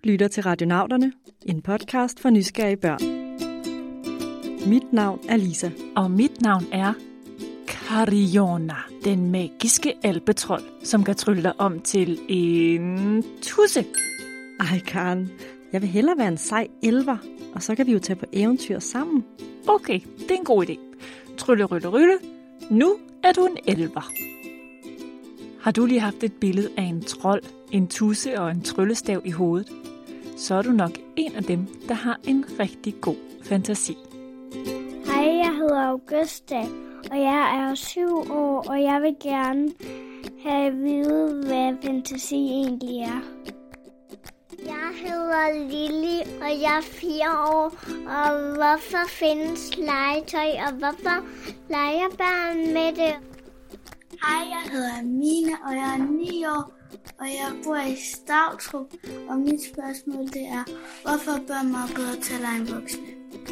lytter til Radionauterne, en podcast for nysgerrige børn. Mit navn er Lisa. Og mit navn er Kariona, den magiske alpetrold, som kan trylle dig om til en tusse. Ej, Karen, jeg vil hellere være en sej elver, og så kan vi jo tage på eventyr sammen. Okay, det er en god idé. Trylle, rylle, rylle. Nu er du en elver. Har du lige haft et billede af en trold, en tusse og en tryllestav i hovedet, så er du nok en af dem, der har en rigtig god fantasi. Hej, jeg hedder Augusta, og jeg er 7 år, og jeg vil gerne have at vide, hvad fantasi egentlig er. Jeg hedder Lili, og jeg er 4 år, og hvorfor findes legetøj, og hvorfor leger børn med det? Hej, jeg hedder Amina, og jeg er 9 år, og jeg bor i Stavtrup, og mit spørgsmål det er, hvorfor børn meget bedre til at lege end voksne?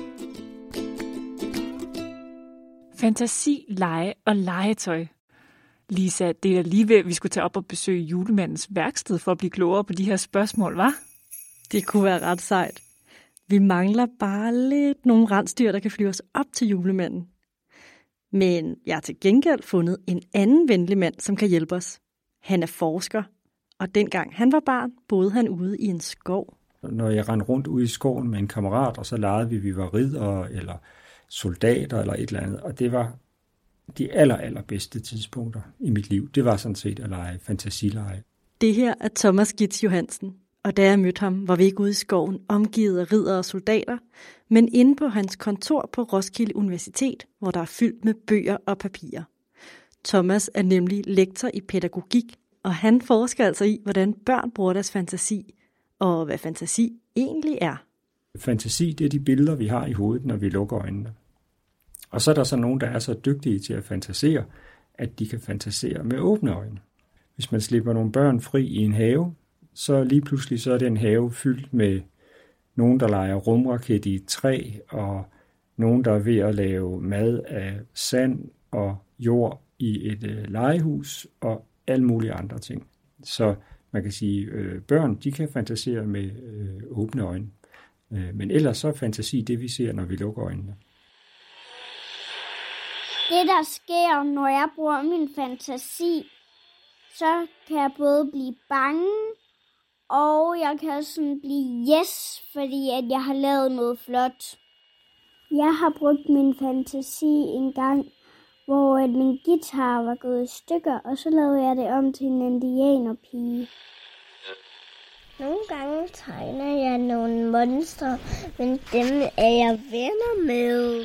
Fantasi, lege og legetøj. Lisa, det er lige ved, at vi skulle tage op og besøge julemandens værksted for at blive klogere på de her spørgsmål, hva'? Det kunne være ret sejt. Vi mangler bare lidt nogle rensdyr, der kan flyve os op til julemanden. Men jeg har til gengæld fundet en anden venlig mand, som kan hjælpe os. Han er forsker, og dengang han var barn, boede han ude i en skov. Når jeg rendte rundt ude i skoven med en kammerat, og så legede vi var riddere eller soldater eller et eller andet, og det var de allerbedste tidspunkter i mit liv. Det var sådan set at lege fantasileje. Det her er Thomas Gitz Johansen, og da jeg mødte ham, var vi ikke ude i skoven omgivet af riddere og soldater, men inde på hans kontor på Roskilde Universitet, hvor der er fyldt med bøger og papirer. Thomas er nemlig lektor i pædagogik, og han forsker altså i, hvordan børn bruger deres fantasi, og hvad fantasi egentlig er. Fantasi, det er de billeder, vi har i hovedet, når vi lukker øjnene. Og så er der så nogen, der er så dygtige til at fantasere, at de kan fantasere med åbne øjne. Hvis man slipper nogle børn fri i en have, så lige pludselig så er det en have fyldt med nogen, der leger rumraket i et træ, og nogen, der er ved at lave mad af sand og jord i et legehus, og alle mulige andre ting. Så man kan sige, børn de kan fantasere med åbne øjne. Men ellers så er fantasi det, vi ser, når vi lukker øjnene. Det, der sker, når jeg bruger min fantasi, så kan jeg både blive bange, og jeg kan sådan blive yes, fordi at jeg har lavet noget flot. Jeg har brugt min fantasi en gang, hvor min guitar var gået i stykker, og så lavede jeg det om til en indianerpige. Nogle gange tegner jeg nogle monstre, men dem er jeg venner med.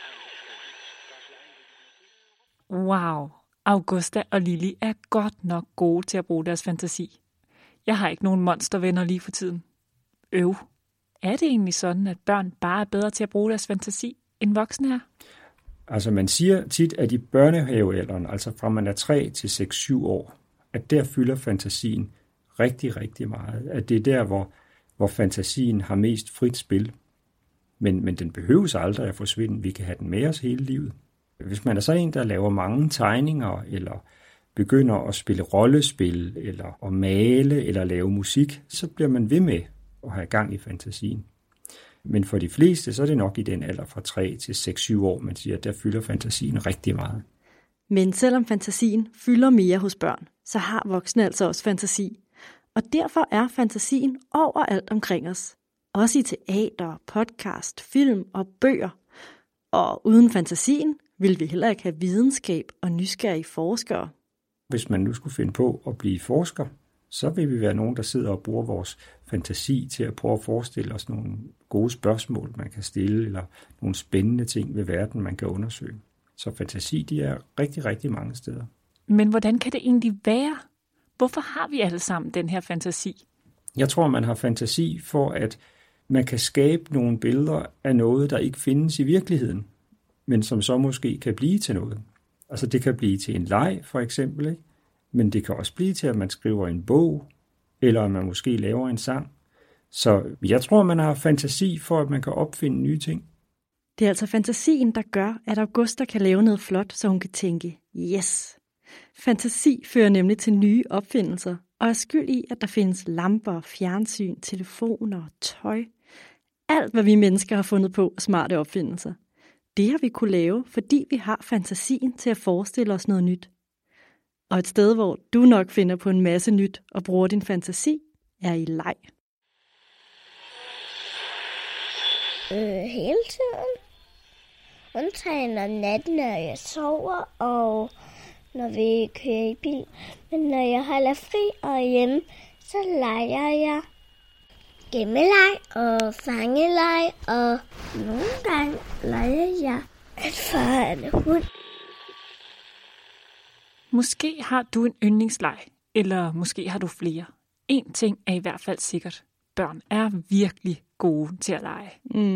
Wow, Augusta og Lili er godt nok gode til at bruge deres fantasi. Jeg har ikke nogen monstervenner lige for tiden. Er det egentlig sådan, at børn bare er bedre til at bruge deres fantasi, end voksne er? Altså man siger tit, at i børnehavealderen, altså fra man er 3 til 6-7 år, at der fylder fantasien rigtig, rigtig meget. At det er der, hvor fantasien har mest frit spil. Men den behøves aldrig at forsvinde. Vi kan have den med os hele livet. Hvis man er så en, der laver mange tegninger, eller begynder at spille rollespil, eller at male, eller lave musik, så bliver man ved med at have gang i fantasien. Men for de fleste, så er det nok i den alder fra 3 til 6-7 år, man siger, at der fylder fantasien rigtig meget. Men selvom fantasien fylder mere hos børn, så har voksne altså også fantasi. Og derfor er fantasien overalt omkring os. Også i teater, podcast, film og bøger. Og uden fantasien vil vi heller ikke have videnskab og nysgerrige forskere. Hvis man nu skulle finde på at blive forsker, så vil vi være nogen, der sidder og bruger vores fantasi til at prøve at forestille os nogle gode spørgsmål, man kan stille, eller nogle spændende ting ved verden, man kan undersøge. Så fantasi, de er rigtig, rigtig mange steder. Men hvordan kan det egentlig være? Hvorfor har vi alle sammen den her fantasi? Jeg tror, man har fantasi for, at man kan skabe nogle billeder af noget, der ikke findes i virkeligheden, men som så måske kan blive til noget. Altså det kan blive til en leg, for eksempel, ikke? Men det kan også blive til, at man skriver en bog, eller at man måske laver en sang. Så jeg tror, man har fantasi for, at man kan opfinde nye ting. Det er altså fantasien, der gør, at Augusta kan lave noget flot, så hun kan tænke, yes. Fantasi fører nemlig til nye opfindelser, og er skyld i, at der findes lamper, fjernsyn, telefoner og tøj. Alt, hvad vi mennesker har fundet på smarte opfindelser. Det har vi kunne lave, fordi vi har fantasien til at forestille os noget nyt. Og et sted, hvor du nok finder på en masse nyt og bruger din fantasi, er i leg. Hele tiden. Undtagen om natten, når jeg sover, og når vi kører i bil. Men når jeg holder fri og er hjemme, så leger jeg gemmeleg og fangeleg, og nogle gange leger jeg at fare en hund. Måske har du en yndlingsleg, eller måske har du flere. En ting er i hvert fald sikkert. Børn er virkelig gode til at lege.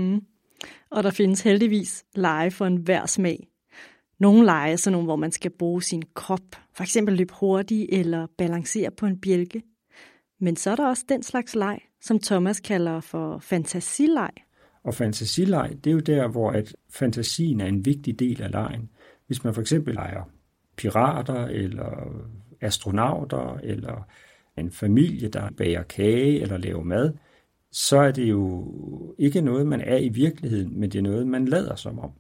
Og der findes heldigvis lege for enhver smag. Nogle lege er sådan nogle, hvor man skal bruge sin krop, for eksempel løbe hurtigt eller balancere på en bjælke. Men så er der også den slags leg, som Thomas kalder for fantasileg. Og fantasileg, det er jo der, hvor at fantasien er en vigtig del af legen. Hvis man for eksempel leger pirater eller astronauter eller en familie, der bager kage eller laver mad, så er det jo ikke noget, man er i virkeligheden, men det er noget, man lader som om.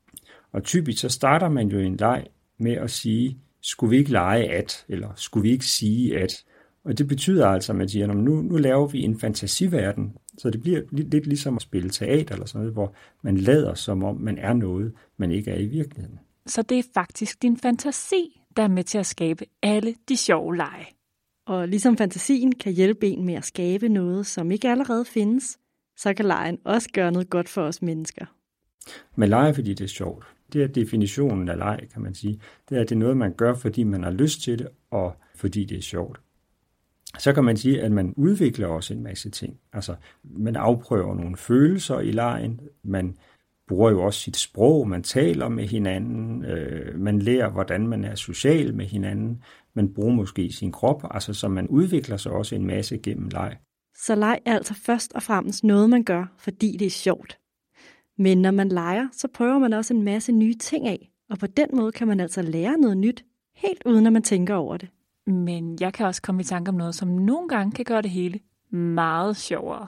Og typisk så starter man jo en leg med at sige, skulle vi ikke lege at, eller skulle vi ikke sige at. Og det betyder altså, at man siger, nu laver vi en fantasiverden, så det bliver lidt ligesom at spille teater eller sådan noget, hvor man lader som om, man er noget, man ikke er i virkeligheden. Så det er faktisk din fantasi, der er med til at skabe alle de sjove lege. Og ligesom fantasien kan hjælpe en med at skabe noget, som ikke allerede findes, så kan legen også gøre noget godt for os mennesker. Man leger, fordi det er sjovt. Det er definitionen af leg, kan man sige. Det er noget, man gør, fordi man har lyst til det, og fordi det er sjovt. Så kan man sige, at man udvikler også en masse ting. Altså, man afprøver nogle følelser i legen. Man bruger jo også sit sprog. Man taler med hinanden. Man lærer, hvordan man er social med hinanden. Man bruger måske sin krop. Altså, så man udvikler sig også en masse gennem leg. Så leg er altså først og fremmest noget, man gør, fordi det er sjovt. Men når man leger, så prøver man også en masse nye ting af. Og på den måde kan man altså lære noget nyt, helt uden at man tænker over det. Men jeg kan også komme i tanke om noget, som nogle gange kan gøre det hele meget sjovere.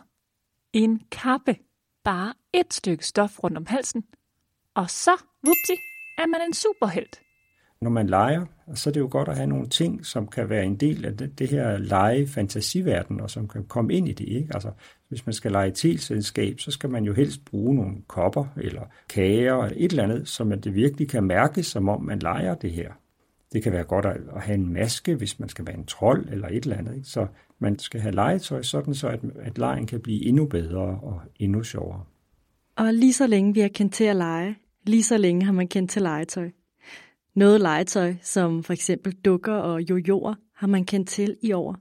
En kappe. Bare et stykke stof rundt om halsen. Og så, vupti, er man en superhelt. Når man leger, så er det jo godt at have nogle ting, som kan være en del af det her lege-fantasiverden, og som kan komme ind i det, ikke? Altså, hvis man skal lege teselskab, så skal man jo helst bruge nogle kopper, eller kager, eller et eller andet, som det virkelig kan mærkes, som om man leger det her. Det kan være godt at have en maske, hvis man skal være en trold, eller et eller andet, ikke? Så man skal have legetøj, sådan så at legen kan blive endnu bedre og endnu sjovere. Og lige så længe vi har kendt til at lege, lige så længe har man kendt til legetøj. Noget legetøj, som for eksempel dukker og jojoer, har man kendt til i over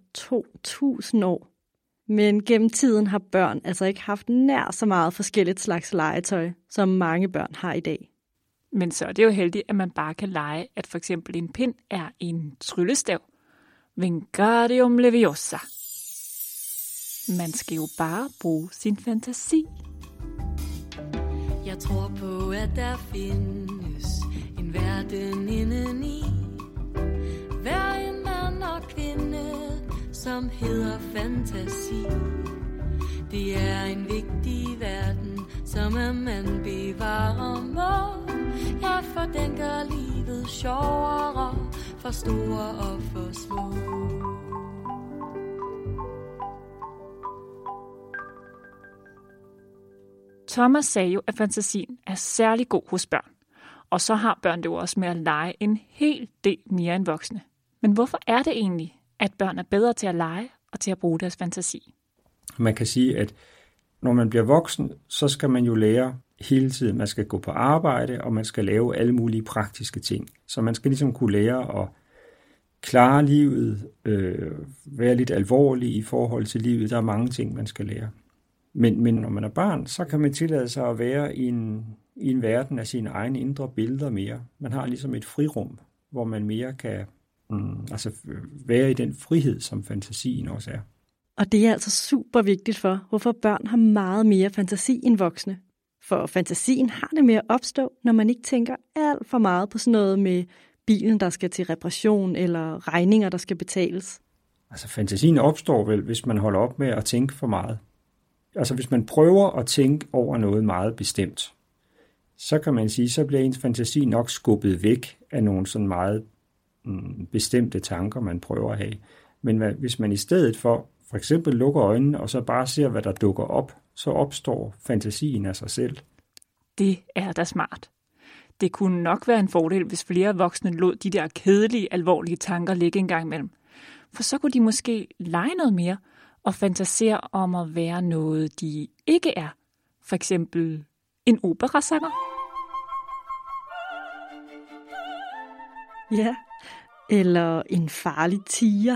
2000 år. Men gennem tiden har børn altså ikke haft nær så meget forskelligt slags legetøj, som mange børn har i dag. Men så er det jo heldigt, at man bare kan lege, at for eksempel en pind er en tryllestav. Wingardium Leviosa. Man skal jo bare bruge sin fantasi. Jeg tror på, at der findes en verden indeni. Hver en mand og kvinde, som hedder fantasi. Det er en vigtig verden, som man bevarer må. Ja, for den gør livet sjovere, for store og for små. Thomas sagde jo, at fantasien er særlig god hos børn. Og så har børn det jo også med at lege en hel del mere end voksne. Men hvorfor er det egentlig, at børn er bedre til at lege og til at bruge deres fantasi? Man kan sige, at når man bliver voksen, så skal man jo lære hele tiden. Man skal gå på arbejde, og man skal lave alle mulige praktiske ting. Så man skal ligesom kunne lære at klare livet, være lidt alvorlig i forhold til livet. Der er mange ting, man skal lære. Men når man er barn, så kan man tillade sig at være i en verden af sine egne indre billeder mere. Man har ligesom et frirum, hvor man mere kan være i den frihed, som fantasien også er. Og det er altså super vigtigt for, hvorfor børn har meget mere fantasi end voksne. For fantasien har det med at opstå, når man ikke tænker alt for meget på sådan noget med bilen, der skal til reparation, eller regninger, der skal betales. Altså fantasien opstår vel, hvis man holder op med at tænke for meget. Altså hvis man prøver at tænke over noget meget bestemt, så kan man sige, så bliver ens fantasi nok skubbet væk af nogle sådan meget bestemte tanker, man prøver at have. Men hvis man i stedet for eksempel lukker øjnene, og så bare ser, hvad der dukker op, så opstår fantasien af sig selv. Det er da smart. Det kunne nok være en fordel, hvis flere voksne lod de der kedelige, alvorlige tanker ligge en gang imellem. For så kunne de måske lege noget mere og fantasere om at være noget, de ikke er. For eksempel en operasanger. Ja, eller en farlig tiger.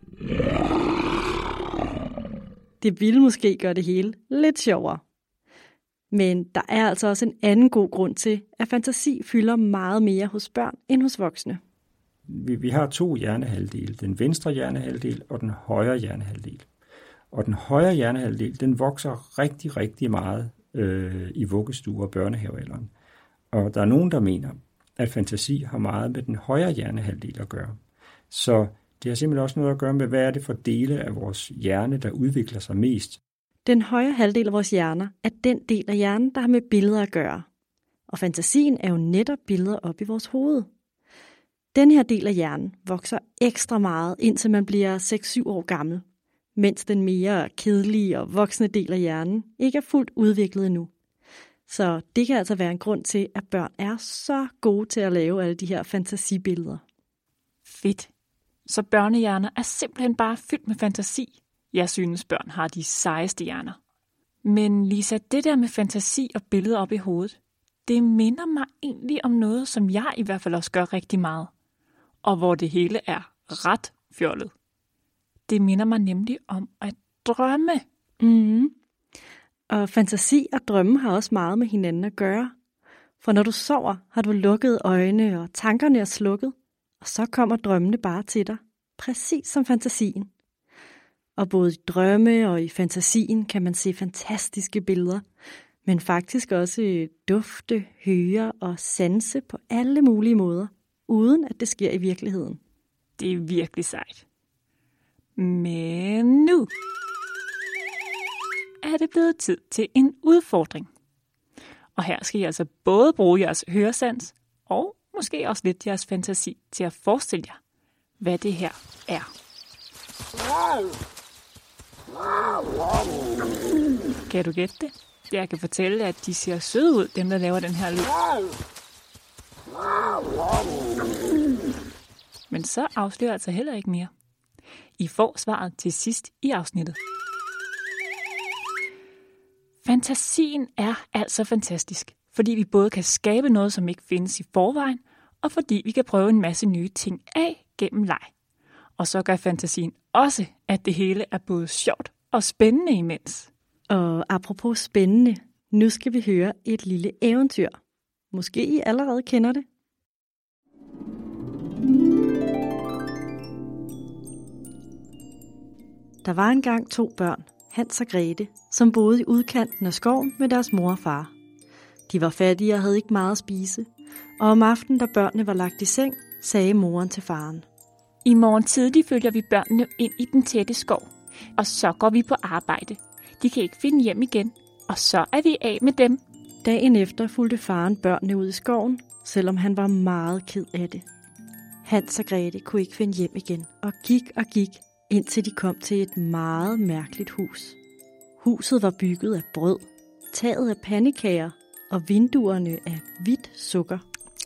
Det ville måske gøre det hele lidt sjovere. Men der er altså også en anden god grund til, at fantasi fylder meget mere hos børn end hos voksne. Vi har 2 hjernehalvdele. Den venstre hjernehalvdel og den højre hjernehalvdel. Og den højre hjernehalvdel, den vokser rigtig, rigtig meget i vuggestuer og børnehavealderen. Og der er nogen, der mener, at fantasi har meget med den højre hjernehalvdel at gøre. Så det har simpelthen også noget at gøre med, hvad er det for dele af vores hjerne, der udvikler sig mest. Den højre halvdel af vores hjerner er den del af hjernen, der har med billeder at gøre. Og fantasien er jo netop billeder op i vores hoved. Den her del af hjernen vokser ekstra meget, indtil man bliver 6-7 år gammel, mens den mere kedelige og voksne del af hjernen ikke er fuldt udviklet endnu. Så det kan altså være en grund til, at børn er så gode til at lave alle de her fantasibilleder. Fedt. Så børnehjerner er simpelthen bare fyldt med fantasi. Jeg synes, børn har de sejeste hjerner. Men Lisa, det der med fantasi og billeder op i hovedet, det minder mig egentlig om noget, som jeg i hvert fald også gør rigtig meget. Og hvor det hele er ret fjollet. Det minder mig nemlig om at drømme. Og fantasi og drømme har også meget med hinanden at gøre. For når du sover, har du lukket øjne, og tankerne er slukket. Og så kommer drømmene bare til dig, præcis som fantasien. Og både i drømme og i fantasien kan man se fantastiske billeder, men faktisk også dufte, høre og sanse på alle mulige måder, uden at det sker i virkeligheden. Det er virkelig sejt. Men nu er det blevet tid til en udfordring. Og her skal I altså både bruge jeres høresans og måske også lidt jeres fantasi til at forestille jer, hvad det her er. Kan du gætte det? Jeg kan fortælle, at de ser søde ud, dem der laver den her lyd. Men så afslører jeg altså heller ikke mere. I får svaret til sidst i afsnittet. Fantasien er altså fantastisk, fordi vi både kan skabe noget, som ikke findes i forvejen, og fordi vi kan prøve en masse nye ting af gennem leg. Og så gør fantasien også, at det hele er både sjovt og spændende imens. Og apropos spændende, nu skal vi høre et lille eventyr. Måske I allerede kender det. Der var engang 2 børn, Hans og Grete, som boede i udkanten af skoven med deres mor og far. De var fattige og havde ikke meget at spise, og om aftenen, da børnene var lagt i seng, sagde moren til faren: I morgen tidlig følger vi børnene ind i den tætte skov, og så går vi på arbejde. De kan ikke finde hjem igen, og så er vi af med dem. Dagen efter fulgte faren børnene ud i skoven, selvom han var meget ked af det. Hans og Grete kunne ikke finde hjem igen, og gik, indtil de kom til et meget mærkeligt hus. Huset var bygget af brød, taget af pandekager og vinduerne af hvidt sukker.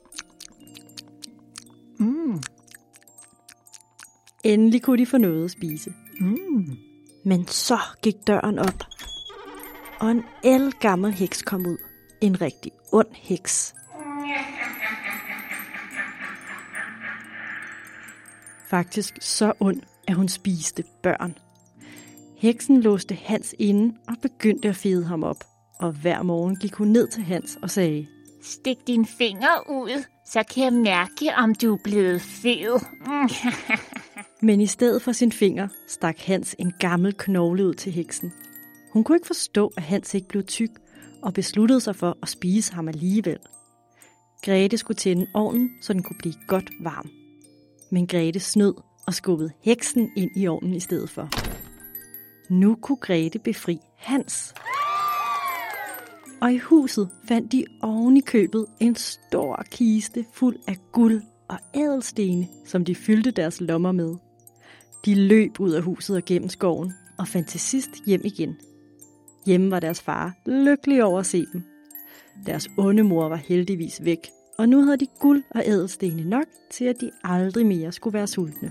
Endelig kunne de få noget at spise. Men så gik døren op, og en ældgammel heks kom ud. En rigtig ond heks. Faktisk så ond, at hun spiste børn. Heksen låste Hans inde og begyndte at fede ham op. Og hver morgen gik hun ned til Hans og sagde: Stik dine fingre ud, så kan jeg mærke, om du er blevet fed. Men i stedet for sin finger stak Hans en gammel knogle ud til heksen. Hun kunne ikke forstå, at Hans ikke blev tyk, og besluttede sig for at spise ham alligevel. Grete skulle tænde ovnen, så den kunne blive godt varm. Men Grete snød og skubbede heksen ind i ovnen i stedet for. Nu kunne Grethe befri Hans. Og i huset fandt de oven i købet en stor kiste fuld af guld og ædelstene, som de fyldte deres lommer med. De løb ud af huset og gennem skoven og fandt til sidst hjem igen. Hjemme var deres far lykkelig over at se dem. Deres onde mor var heldigvis væk, og nu havde de guld og ædelstene nok til, at de aldrig mere skulle være sultne.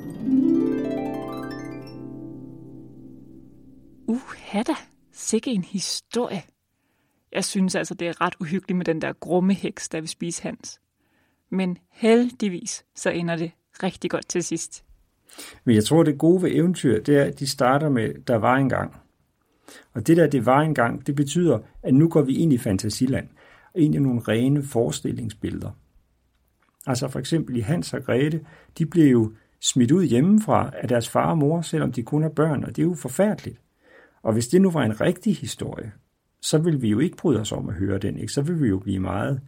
Hadda, sikke en historie. Jeg synes altså, det er ret uhyggeligt med den der grumme heks, der vil spise Hans. Men heldigvis, så ender det rigtig godt til sidst. Men jeg tror, det gode ved eventyr, det er, at de starter med, der var engang. Og det der, det var engang, det betyder, at nu går vi ind i fantasiland, og ind i nogle rene forestillingsbilleder. Altså for eksempel i Hans og Grethe, de blev jo smidt ud hjemmefra af deres far og mor, selvom de kun er børn, og det er jo forfærdeligt. Og hvis det nu var en rigtig historie, så ville vi jo ikke bryde os om at høre den, ikke? Så ville vi jo blive meget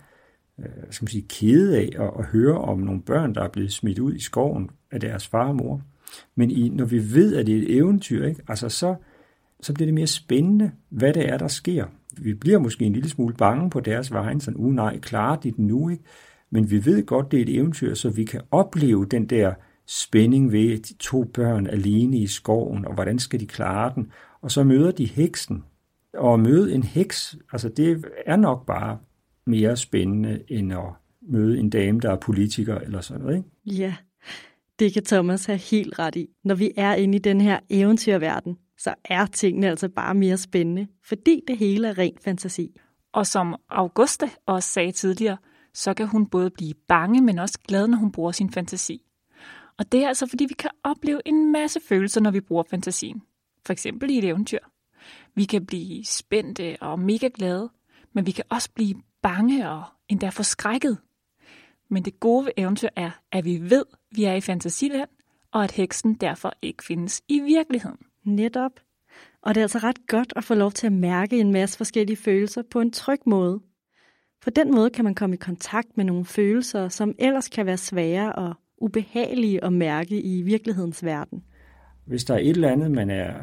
kede af at høre om nogle børn, der er blevet smidt ud i skoven af deres far og mor. Men når vi ved, at det er et eventyr, ikke? Altså så bliver det mere spændende, hvad det er, der sker. Vi bliver måske en lille smule bange på deres vegne, sådan, nej, klarer de den nu, ikke? Men vi ved godt, det er et eventyr, så vi kan opleve den der spænding ved de 2 børn alene i skoven, og hvordan skal de klare den? Og så møder de heksen. Og at møde en heks, altså det er nok bare mere spændende, end at møde en dame, der er politiker eller sådan noget, ikke? Ja, det kan Thomas have helt ret i. Når vi er inde i den her eventyrverden, så er tingene altså bare mere spændende, fordi det hele er ren fantasi. Og som Augusta også sagde tidligere, så kan hun både blive bange, men også glad, når hun bruger sin fantasi. Og det er altså, fordi vi kan opleve en masse følelser, når vi bruger fantasien. For eksempel i et eventyr. Vi kan blive spændte og mega glade, men vi kan også blive bange og endda forskrækket. Men det gode ved eventyr er, at vi ved, at vi er i fantasiland, og at heksen derfor ikke findes i virkeligheden. Netop. Og det er altså ret godt at få lov til at mærke en masse forskellige følelser på en tryg måde. På den måde kan man komme i kontakt med nogle følelser, som ellers kan være svære og ubehagelige at mærke i virkelighedens verden. Hvis der er et eller andet, man er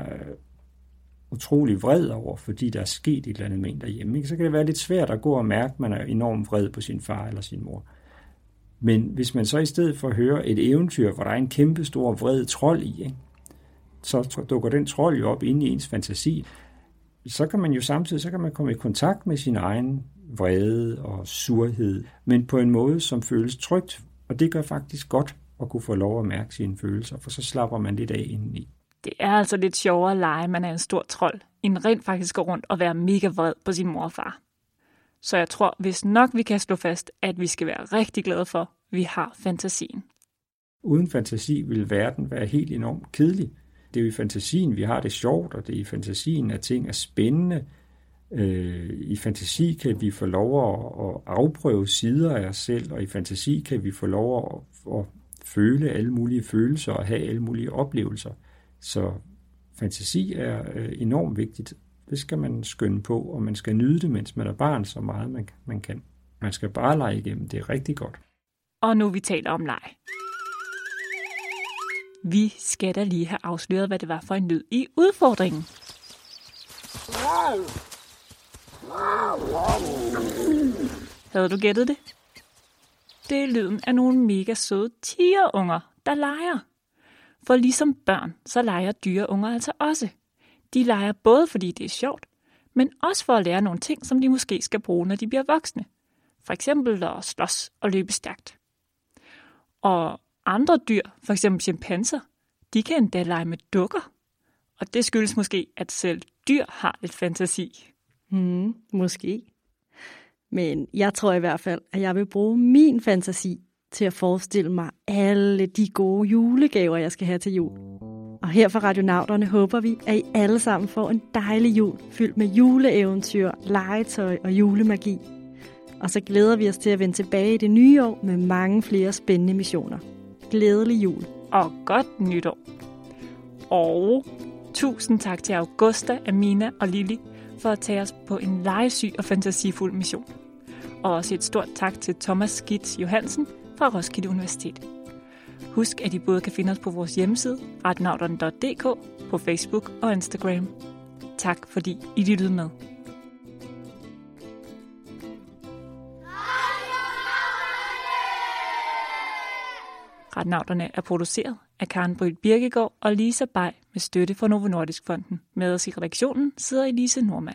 utrolig vred over, fordi der er sket et eller andet med en derhjemme, ikke? Så kan det være lidt svært at gå og mærke, at man er enormt vred på sin far eller sin mor. Men hvis man så i stedet for hører et eventyr, hvor der er en kæmpe stor vred trold i, ikke? Så dukker den trold jo op inde i ens fantasi. Så kan man jo samtidig komme i kontakt med sin egen vrede og surhed, men på en måde, som føles trygt. Og det gør faktisk godt at kunne få lov at mærke sine følelser, for så slapper man lidt af indeni. Det er altså lidt sjovere at lege, man er en stor trold, end rent faktisk gå rundt og være mega vred på sin mor og far. Så jeg tror, hvis nok vi kan slå fast, at vi skal være rigtig glade for, at vi har fantasien. Uden fantasi vil verden være helt enormt kedelig. Det er jo i fantasien, vi har det sjovt, og det er i fantasien, at ting er spændende. I fantasi kan vi få lov at afprøve sider af os selv, og i fantasi kan vi få lov at føle alle mulige følelser og have alle mulige oplevelser. Så fantasi er enormt vigtigt. Det skal man skynde på, og man skal nyde det, mens man er barn, så meget man kan. Man skal bare lege igennem. Det er rigtig godt. Og nu vi taler om leg. Vi skal da lige have afsløret, hvad det var for en lyd i udfordringen. Havde du gættet det? Det er lyden af nogle mega søde tigerunger, der leger. For ligesom børn, så leger dyreunger altså også. De leger både fordi det er sjovt, men også for at lære nogle ting, som de måske skal bruge, når de bliver voksne. For eksempel at slås og løbe stærkt. Og andre dyr, for eksempel chimpanser, de kan endda lege med dukker. Og det skyldes måske, at selv dyr har lidt fantasi. Måske. Men jeg tror i hvert fald, at jeg vil bruge min fantasi til at forestille mig alle de gode julegaver, jeg skal have til jul. Og her fra Radionauterne håber vi, at I alle sammen får en dejlig jul, fyldt med juleeventyr, legetøj og julemagi. Og så glæder vi os til at vende tilbage i det nye år med mange flere spændende missioner. Glædelig jul. Og godt nytår. Og tusind tak til Augusta, Amina og Lili for at tage os på en legesyg og fantasifuld mission. Og også et stort tak til Thomas Skitz Johansen fra Roskilde Universitet. Husk, at I både kan finde os på vores hjemmeside, radionauterne.dk, på Facebook og Instagram. Tak fordi I lyttede med. Radionauterne er produceret af Karen Bryl Birkegaard og Lisa Bay med støtte fra Novo Nordisk Fonden. Med os i redaktionen sidder Elise Normann.